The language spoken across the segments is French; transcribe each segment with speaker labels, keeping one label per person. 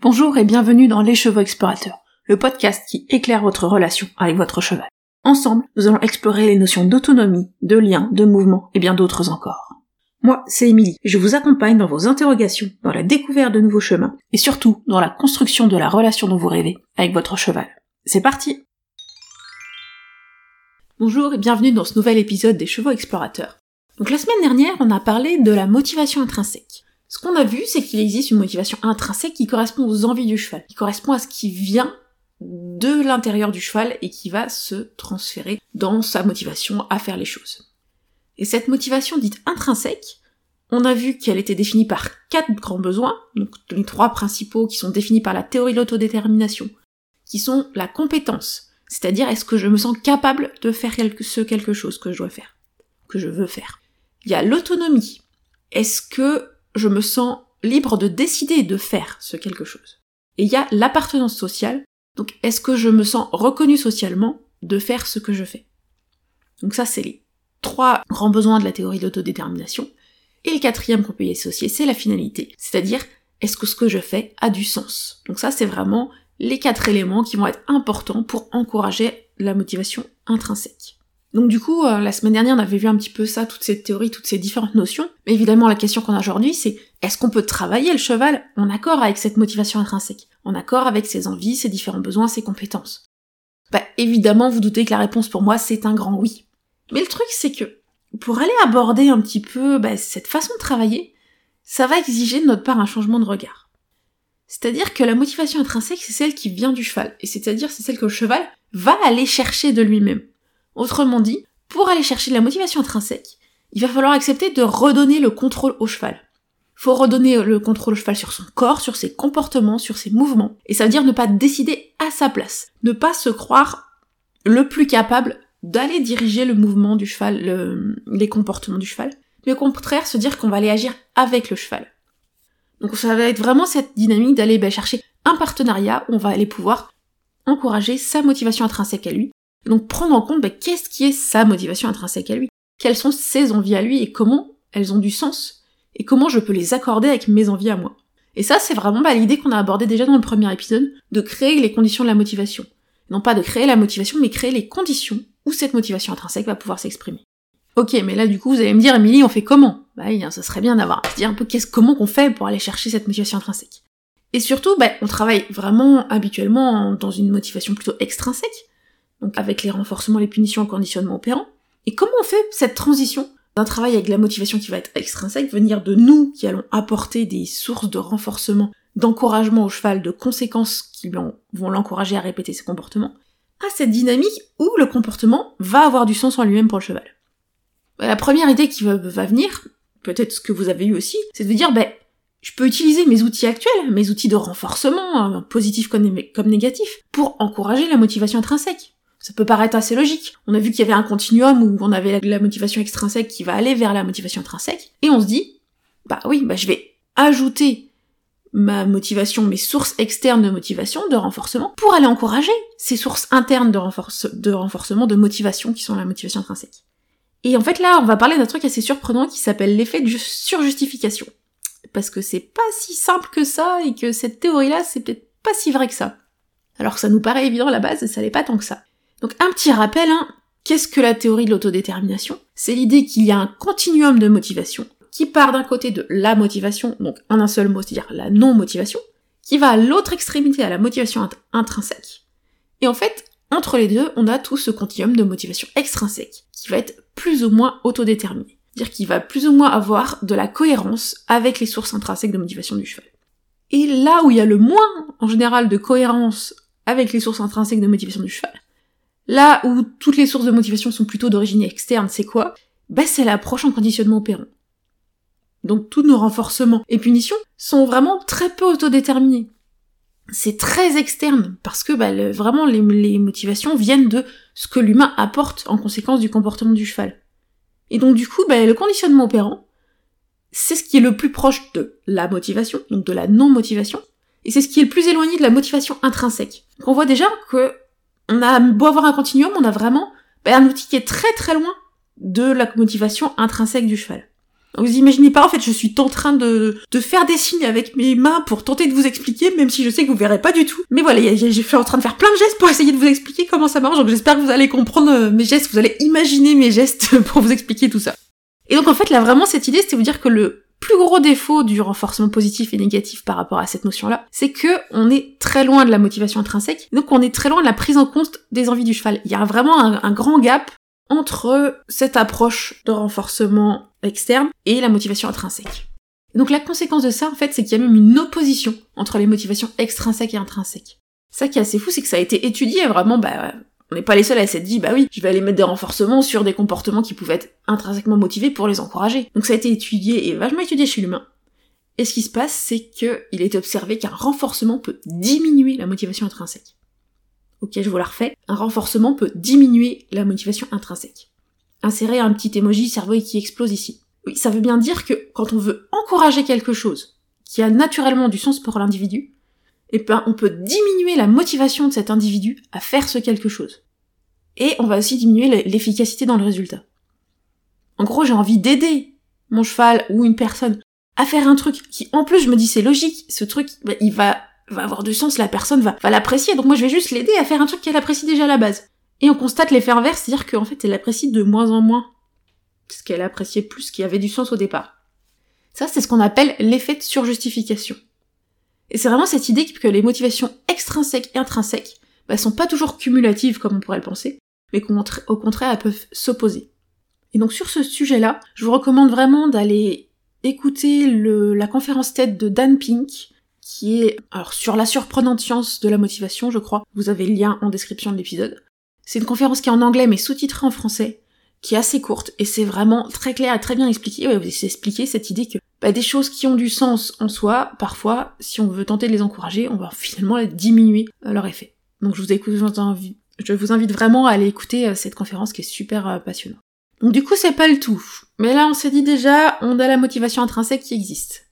Speaker 1: Bonjour et bienvenue dans Les Chevaux Explorateurs, le podcast qui éclaire votre relation avec votre cheval. Ensemble, nous allons explorer les notions d'autonomie, de lien, de mouvement et bien d'autres encore. Moi, c'est Émilie, et je vous accompagne dans vos interrogations, dans la découverte de nouveaux chemins, et surtout dans la construction de la relation dont vous rêvez avec votre cheval. C'est parti! Bonjour et bienvenue dans ce nouvel épisode des Chevaux Explorateurs. Donc la semaine dernière, on a parlé de la motivation intrinsèque. Ce qu'on a vu, c'est qu'il existe une motivation intrinsèque qui correspond aux envies du cheval, qui correspond à ce qui vient de l'intérieur du cheval et qui va se transférer dans sa motivation à faire les choses. Et cette motivation dite intrinsèque, on a vu qu'elle était définie par 4 grands besoins, donc les 3 principaux qui sont définis par la théorie de l'autodétermination, qui sont la compétence, c'est-à-dire est-ce que je me sens capable de faire quelque chose que je dois faire, que je veux faire. Il y a l'autonomie, est-ce que je me sens libre de décider de faire ce quelque chose. Et il y a l'appartenance sociale, donc est-ce que je me sens reconnu socialement de faire ce que je fais. Donc ça, c'est les 3 grands besoins de la théorie de l'autodétermination. Et le 4e qu'on peut y associer, c'est la finalité, c'est-à-dire est-ce que ce que je fais a du sens. Donc ça, c'est vraiment les 4 éléments qui vont être importants pour encourager la motivation intrinsèque. Donc du coup, la semaine dernière, on avait vu un petit peu ça, toute cette théorie, toutes ces différentes notions. Mais évidemment, la question qu'on a aujourd'hui, c'est est-ce qu'on peut travailler le cheval en accord avec cette motivation intrinsèque, en accord avec ses envies, ses différents besoins, ses compétences? Évidemment, vous doutez que la réponse pour moi, c'est un grand oui. Mais le truc, c'est que pour aller aborder un petit peu cette façon de travailler, ça va exiger de notre part un changement de regard. C'est-à-dire que la motivation intrinsèque, c'est celle qui vient du cheval, et c'est-à-dire c'est celle que le cheval va aller chercher de lui-même. Autrement dit, pour aller chercher de la motivation intrinsèque, il va falloir accepter de redonner le contrôle au cheval. Faut redonner le contrôle au cheval sur son corps, sur ses comportements, sur ses mouvements, et ça veut dire ne pas décider à sa place, ne pas se croire le plus capable d'aller diriger le mouvement du cheval, les comportements du cheval, mais au contraire se dire qu'on va aller agir avec le cheval. Donc ça va être vraiment cette dynamique d'aller chercher un partenariat où on va aller pouvoir encourager sa motivation intrinsèque à lui, donc prendre en compte qu'est-ce qui est sa motivation intrinsèque à lui, quelles sont ses envies à lui et comment elles ont du sens, et comment je peux les accorder avec mes envies à moi. Et ça, c'est vraiment l'idée qu'on a abordée déjà dans le premier épisode, de créer les conditions de la motivation. Non pas de créer la motivation, mais créer les conditions où cette motivation intrinsèque va pouvoir s'exprimer. Ok, mais là du coup vous allez me dire, Émilie, on fait comment? Ça serait bien d'avoir à se dire un peu comment qu'on fait pour aller chercher cette motivation intrinsèque. Et surtout, on travaille vraiment habituellement dans une motivation plutôt extrinsèque, donc avec les renforcements, les punitions, le conditionnement opérant. Et comment on fait cette transition d'un travail avec la motivation qui va être extrinsèque, venir de nous qui allons apporter des sources de renforcement, d'encouragement au cheval, de conséquences qui vont l'encourager à répéter ses comportements, à cette dynamique où le comportement va avoir du sens en lui-même pour le cheval. La première idée qui va venir, peut-être ce que vous avez eu aussi, c'est de vous dire, je peux utiliser mes outils actuels, mes outils de renforcement, positifs comme négatifs, pour encourager la motivation intrinsèque. Ça peut paraître assez logique. On a vu qu'il y avait un continuum où on avait la motivation extrinsèque qui va aller vers la motivation intrinsèque, et on se dit, je vais ajouter ma motivation, mes sources externes de motivation, de renforcement, pour aller encourager ces sources internes de renforcement, de motivation qui sont la motivation intrinsèque. Et en fait là, on va parler d'un truc assez surprenant qui s'appelle l'effet de surjustification. Parce que c'est pas si simple que ça, et que cette théorie-là, c'est peut-être pas si vrai que ça. Alors que ça nous paraît évident à la base, ça l'est pas tant que ça. Donc un petit rappel, qu'est-ce que la théorie de l'autodétermination? C'est l'idée qu'il y a un continuum de motivation, qui part d'un côté de la motivation, donc en un seul mot, c'est-à-dire la non-motivation, qui va à l'autre extrémité, à la motivation intrinsèque. Et en fait, entre les deux, on a tout ce continuum de motivation extrinsèque, qui va être plus ou moins autodéterminé. C'est-à-dire qu'il va plus ou moins avoir de la cohérence avec les sources intrinsèques de motivation du cheval. Et là où il y a le moins, en général, de cohérence avec les sources intrinsèques de motivation du cheval, là où toutes les sources de motivation sont plutôt d'origine externe, c'est quoi? C'est l'approche en conditionnement opérant. Donc tous nos renforcements et punitions sont vraiment très peu autodéterminés. C'est très externe, parce que vraiment les motivations viennent de ce que l'humain apporte en conséquence du comportement du cheval. Et donc du coup, le conditionnement opérant, c'est ce qui est le plus proche de la motivation, donc de la non-motivation, et c'est ce qui est le plus éloigné de la motivation intrinsèque. Donc on voit déjà que on a beau avoir un continuum, on a vraiment un outil qui est très très loin de la motivation intrinsèque du cheval. Vous imaginez pas, en fait, je suis en train de faire des signes avec mes mains pour tenter de vous expliquer, même si je sais que vous verrez pas du tout. Mais voilà, je suis en train de faire plein de gestes pour essayer de vous expliquer comment ça marche, donc j'espère que vous allez comprendre mes gestes, vous allez imaginer mes gestes pour vous expliquer tout ça. Et donc en fait, là vraiment, cette idée, c'était vous dire que le plus gros défaut du renforcement positif et négatif par rapport à cette notion-là, c'est que on est très loin de la motivation intrinsèque, donc on est très loin de la prise en compte des envies du cheval. Il y a vraiment un grand gap entre cette approche de renforcement externe et la motivation intrinsèque. Et donc la conséquence de ça, en fait, c'est qu'il y a même une opposition entre les motivations extrinsèques et intrinsèques. Ça qui est assez fou, c'est que ça a été étudié, vraiment, on n'est pas les seuls à s'être dit, oui, je vais aller mettre des renforcements sur des comportements qui pouvaient être intrinsèquement motivés pour les encourager. Donc ça a été étudié, et vachement étudié chez l'humain. Et ce qui se passe, c'est qu'il est observé qu'un renforcement peut diminuer la motivation intrinsèque. Ok, je vous la refais. Un renforcement peut diminuer la motivation intrinsèque. Insérez un petit emoji cerveau qui explose ici. Oui, ça veut bien dire que quand on veut encourager quelque chose qui a naturellement du sens pour l'individu, on peut diminuer la motivation de cet individu à faire ce quelque chose. Et on va aussi diminuer l'efficacité dans le résultat. En gros, j'ai envie d'aider mon cheval ou une personne à faire un truc qui, en plus, je me dis c'est logique, ce truc, il va avoir du sens, la personne va l'apprécier, donc moi je vais juste l'aider à faire un truc qu'elle apprécie déjà à la base. Et on constate l'effet inverse, c'est-à-dire qu'en fait elle l'apprécie de moins en moins, parce qu'elle appréciait plus ce qui avait du sens au départ. Ça, c'est ce qu'on appelle l'effet de surjustification. Et c'est vraiment cette idée que les motivations extrinsèques et intrinsèques sont pas toujours cumulatives comme on pourrait le penser, mais qu'au contraire elles peuvent s'opposer. Et donc sur ce sujet-là, je vous recommande vraiment d'aller écouter la conférence TED de Dan Pink, qui est sur la surprenante science de la motivation, je crois. Vous avez le lien en description de l'épisode. C'est une conférence qui est en anglais mais sous-titrée en français, qui est assez courte, et c'est vraiment très clair et très bien expliqué. Ouais, vous expliquer cette idée que des choses qui ont du sens en soi, parfois, si on veut tenter de les encourager, on va finalement diminuer leur effet. Donc je vous invite vraiment à aller écouter cette conférence qui est super passionnante. Donc du coup, c'est pas le tout. Mais là, on s'est dit déjà, on a la motivation intrinsèque qui existe.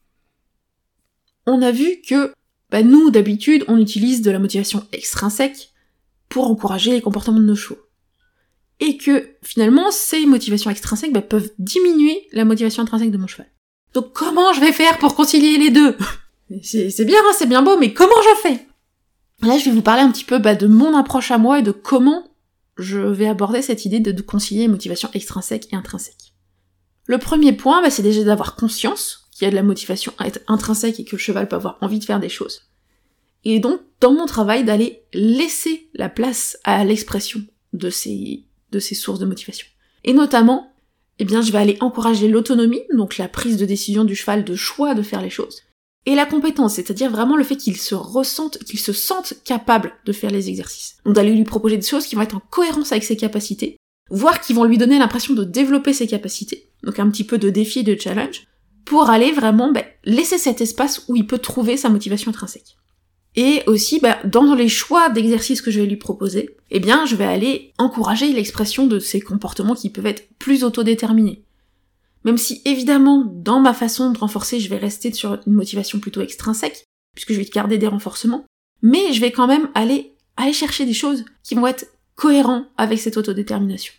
Speaker 1: On a vu que, nous, d'habitude, on utilise de la motivation extrinsèque pour encourager les comportements de nos chevaux. Et que, finalement, ces motivations extrinsèques peuvent diminuer la motivation intrinsèque de mon cheval. Donc comment je vais faire pour concilier les deux ? C'est bien, c'est bien beau, mais comment je fais ? Là, je vais vous parler un petit peu de mon approche à moi et de comment je vais aborder cette idée de concilier les motivations extrinsèques et intrinsèques. Le premier point, c'est déjà d'avoir conscience qu'il y a de la motivation intrinsèque et que le cheval peut avoir envie de faire des choses. Et donc, dans mon travail, d'aller laisser la place à l'expression de ces sources de motivation. Et notamment, je vais aller encourager l'autonomie, donc la prise de décision du cheval, de choix de faire les choses, et la compétence, c'est-à-dire vraiment le fait qu'il se sente capable de faire les exercices. Donc d'aller lui proposer des choses qui vont être en cohérence avec ses capacités, voire qui vont lui donner l'impression de développer ses capacités, donc un petit peu de défi et de challenge, pour aller vraiment laisser cet espace où il peut trouver sa motivation intrinsèque. Et aussi, dans les choix d'exercices que je vais lui proposer, je vais aller encourager l'expression de ces comportements qui peuvent être plus autodéterminés. Même si, évidemment, dans ma façon de renforcer, je vais rester sur une motivation plutôt extrinsèque, puisque je vais garder des renforcements, mais je vais quand même aller chercher des choses qui vont être cohérentes avec cette autodétermination.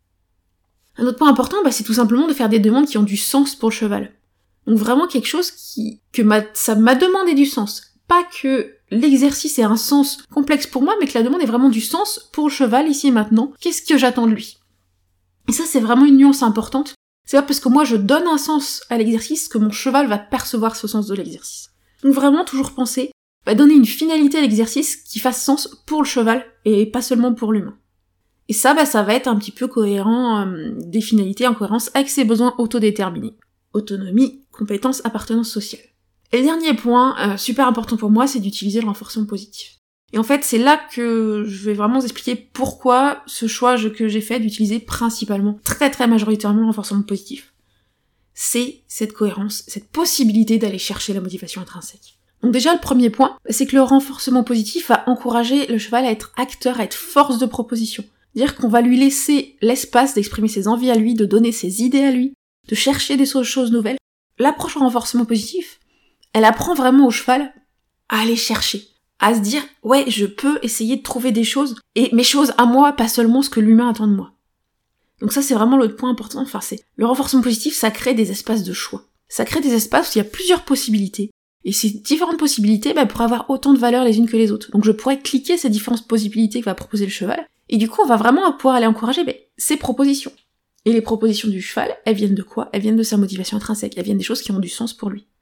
Speaker 1: Un autre point important, c'est tout simplement de faire des demandes qui ont du sens pour le cheval. Donc vraiment quelque chose ça m'a demandé du sens. Pas que l'exercice ait un sens complexe pour moi, mais que la demande ait vraiment du sens pour le cheval, ici et maintenant. Qu'est-ce que j'attends de lui ? Et ça, c'est vraiment une nuance importante. C'est pas parce que moi je donne un sens à l'exercice que mon cheval va percevoir ce sens de l'exercice. Donc vraiment toujours penser, donner une finalité à l'exercice qui fasse sens pour le cheval et pas seulement pour l'humain. Et ça, ça va être un petit peu cohérent, des finalités en cohérence avec ses besoins autodéterminés. Autonomie, compétence, appartenance sociale. Et le dernier point, super important pour moi, c'est d'utiliser le renforcement positif. Et en fait, c'est là que je vais vraiment vous expliquer pourquoi ce choix que j'ai fait d'utiliser principalement, très très majoritairement le renforcement positif. C'est cette cohérence, cette possibilité d'aller chercher la motivation intrinsèque. Donc déjà, le premier point, c'est que le renforcement positif va encourager le cheval à être acteur, à être force de proposition. C'est-à-dire qu'on va lui laisser l'espace d'exprimer ses envies à lui, de donner ses idées à lui, de chercher des choses nouvelles. L'approche au renforcement positif, elle apprend vraiment au cheval à aller chercher, à se dire « ouais, je peux essayer de trouver des choses, et mes choses à moi, pas seulement ce que l'humain attend de moi ». Donc ça, c'est vraiment l'autre point important. C'est le renforcement positif, ça crée des espaces de choix. Ça crée des espaces où il y a plusieurs possibilités. Et ces différentes possibilités pourraient avoir autant de valeur les unes que les autres. Donc je pourrais cliquer ces différentes possibilités que va proposer le cheval, et du coup on va vraiment pouvoir aller encourager ces propositions. Et les propositions du cheval, elles viennent de quoi ? Elles viennent de sa motivation intrinsèque, elles viennent des choses qui ont du sens pour lui.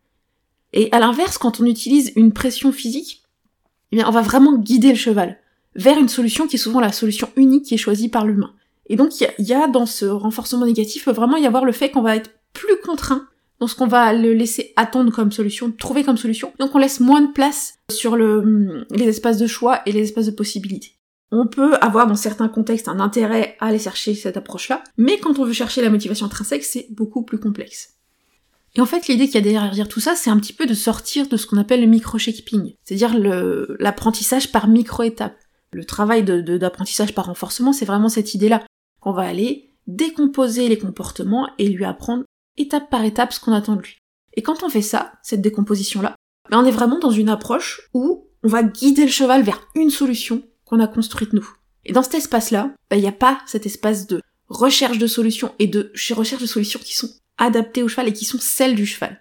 Speaker 1: Et à l'inverse, quand on utilise une pression physique, on va vraiment guider le cheval vers une solution qui est souvent la solution unique qui est choisie par l'humain. Et donc il y a dans ce renforcement négatif, peut vraiment y avoir le fait qu'on va être plus contraint dans ce qu'on va le laisser attendre comme solution, trouver comme solution. Donc on laisse moins de place sur les espaces de choix et les espaces de possibilités. On peut avoir dans certains contextes un intérêt à aller chercher cette approche-là, mais quand on veut chercher la motivation intrinsèque, c'est beaucoup plus complexe. Et en fait, l'idée qu'il y a derrière tout ça, c'est un petit peu de sortir de ce qu'on appelle le micro-shaping, c'est-à-dire l'apprentissage par micro-étapes. Le travail d'apprentissage par renforcement, c'est vraiment cette idée-là, qu'on va aller décomposer les comportements et lui apprendre étape par étape ce qu'on attend de lui. Et quand on fait ça, cette décomposition-là, on est vraiment dans une approche où on va guider le cheval vers une solution qu'on a construite nous. Et dans cet espace-là, il n'y a pas cet espace de recherche de solutions et de recherche de solutions qui sont adaptées au cheval et qui sont celles du cheval.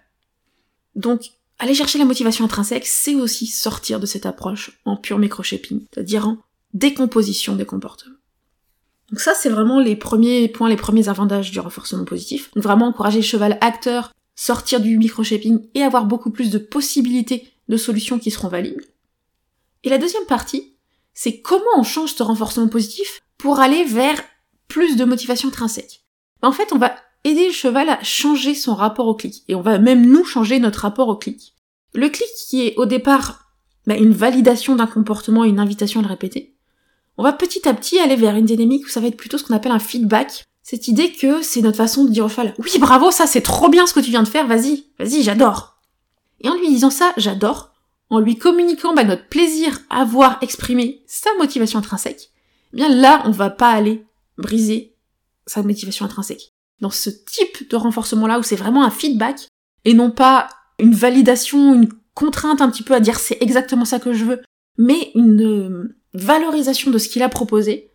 Speaker 1: Donc, aller chercher la motivation intrinsèque, c'est aussi sortir de cette approche en pur micro-shaping, c'est-à-dire en décomposition des comportements. Donc ça, c'est vraiment les premiers points, les premiers avantages du renforcement positif. Donc vraiment encourager le cheval acteur, sortir du micro-shaping et avoir beaucoup plus de possibilités de solutions qui seront valides. Et la deuxième partie, c'est comment on change ce renforcement positif pour aller vers plus de motivation intrinsèque. En fait, on va aider le cheval à changer son rapport au clic. Et on va même nous changer notre rapport au clic. Le clic qui est au départ une validation d'un comportement et une invitation à le répéter, on va petit à petit aller vers une dynamique où ça va être plutôt ce qu'on appelle un feedback. Cette idée que c'est notre façon de dire au cheval « Oui, bravo, ça c'est trop bien ce que tu viens de faire, vas-y, j'adore !» Et en lui disant ça, j'adore, en lui communiquant notre plaisir à voir exprimer sa motivation intrinsèque, là, on va pas aller briser sa motivation intrinsèque. Dans ce type de renforcement-là, où c'est vraiment un feedback, et non pas une validation, une contrainte un petit peu à dire « c'est exactement ça que je veux », mais une valorisation de ce qu'il a proposé,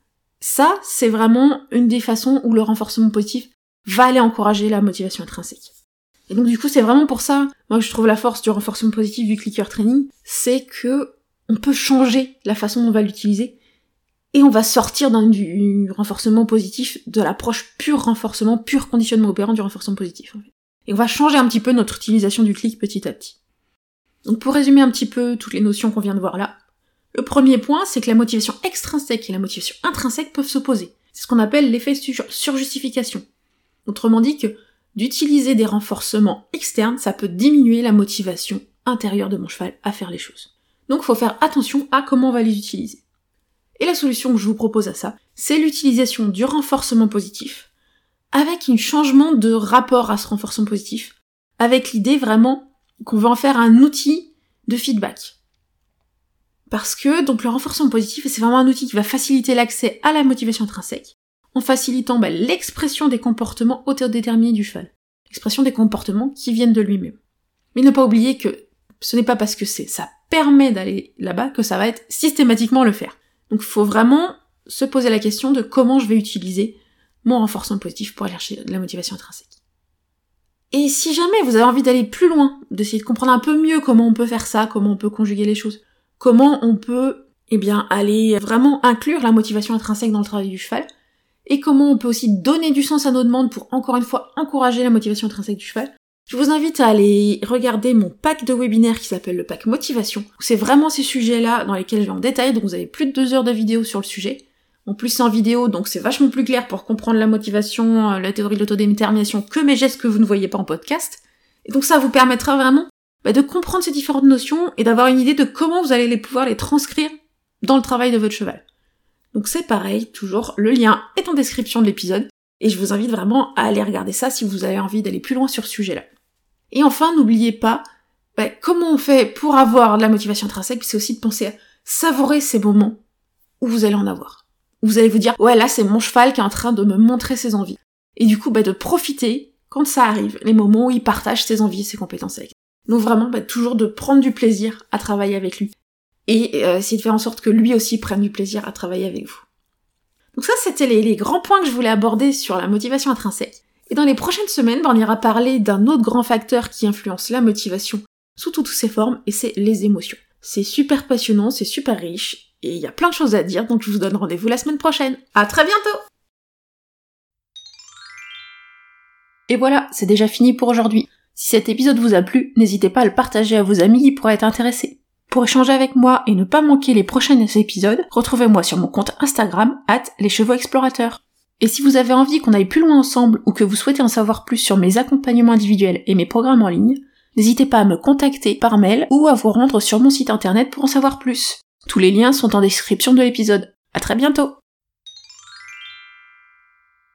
Speaker 1: ça, c'est vraiment une des façons où le renforcement positif va aller encourager la motivation intrinsèque. Et donc du coup, c'est vraiment pour ça, moi je trouve la force du renforcement positif du clicker training, c'est que on peut changer la façon dont on va l'utiliser, et on va sortir du renforcement positif, de l'approche pur renforcement, pur conditionnement opérant du renforcement positif. En fait. Et on va changer un petit peu notre utilisation du clic petit à petit. Donc pour résumer un petit peu toutes les notions qu'on vient de voir là, le premier point, c'est que la motivation extrinsèque et la motivation intrinsèque peuvent s'opposer. C'est ce qu'on appelle l'effet surjustification. Autrement dit que d'utiliser des renforcements externes, ça peut diminuer la motivation intérieure de mon cheval à faire les choses. Donc il faut faire attention à comment on va les utiliser. Et la solution que je vous propose à ça, c'est l'utilisation du renforcement positif, avec un changement de rapport à ce renforcement positif, avec l'idée vraiment qu'on veut en faire un outil de feedback. Parce que donc le renforcement positif, c'est vraiment un outil qui va faciliter l'accès à la motivation intrinsèque, en facilitant l'expression des comportements autodéterminés du cheval. L'expression des comportements qui viennent de lui-même. Mais ne pas oublier que ce n'est pas parce que ça permet d'aller là-bas que ça va être systématiquement le faire. Donc il faut vraiment se poser la question de comment je vais utiliser mon renforcement positif pour aller chercher la motivation intrinsèque. Et si jamais vous avez envie d'aller plus loin, d'essayer de comprendre un peu mieux comment on peut faire ça, comment on peut conjuguer les choses, comment on peut aller vraiment inclure la motivation intrinsèque dans le travail du cheval, et comment on peut aussi donner du sens à nos demandes pour encore une fois encourager la motivation intrinsèque du cheval, je vous invite à aller regarder mon pack de webinaires qui s'appelle le pack motivation, où c'est vraiment ces sujets-là dans lesquels je vais en détail, donc vous avez plus de 2 heures de vidéo sur le sujet. En plus c'est en vidéo, donc c'est vachement plus clair pour comprendre la motivation, la théorie de l'autodétermination que mes gestes que vous ne voyez pas en podcast. Et donc ça vous permettra vraiment de comprendre ces différentes notions et d'avoir une idée de comment vous allez pouvoir les transcrire dans le travail de votre cheval. Donc c'est pareil, toujours, le lien est en description de l'épisode, et je vous invite vraiment à aller regarder ça si vous avez envie d'aller plus loin sur ce sujet-là. Et enfin, n'oubliez pas, comment on fait pour avoir de la motivation intrinsèque, c'est aussi de penser à savourer ces moments où vous allez en avoir. Où vous allez vous dire, ouais là c'est mon cheval qui est en train de me montrer ses envies. Et du coup, de profiter, quand ça arrive, les moments où il partage ses envies et ses compétences avec vous. Donc vraiment, toujours de prendre du plaisir à travailler avec lui. Et essayer de faire en sorte que lui aussi prenne du plaisir à travailler avec vous. Donc ça, c'était les grands points que je voulais aborder sur la motivation intrinsèque. Et dans les prochaines semaines, on ira parler d'un autre grand facteur qui influence la motivation sous toutes ses formes, et c'est les émotions. C'est super passionnant, c'est super riche, et il y a plein de choses à dire, donc je vous donne rendez-vous la semaine prochaine. À très bientôt! Et voilà, c'est déjà fini pour aujourd'hui. Si cet épisode vous a plu, n'hésitez pas à le partager à vos amis qui pourraient être intéressés. Pour échanger avec moi et ne pas manquer les prochains épisodes, retrouvez-moi sur mon compte Instagram @leschevauxexplorateurs. Et si vous avez envie qu'on aille plus loin ensemble ou que vous souhaitez en savoir plus sur mes accompagnements individuels et mes programmes en ligne, n'hésitez pas à me contacter par mail ou à vous rendre sur mon site internet pour en savoir plus. Tous les liens sont en description de l'épisode. À très bientôt!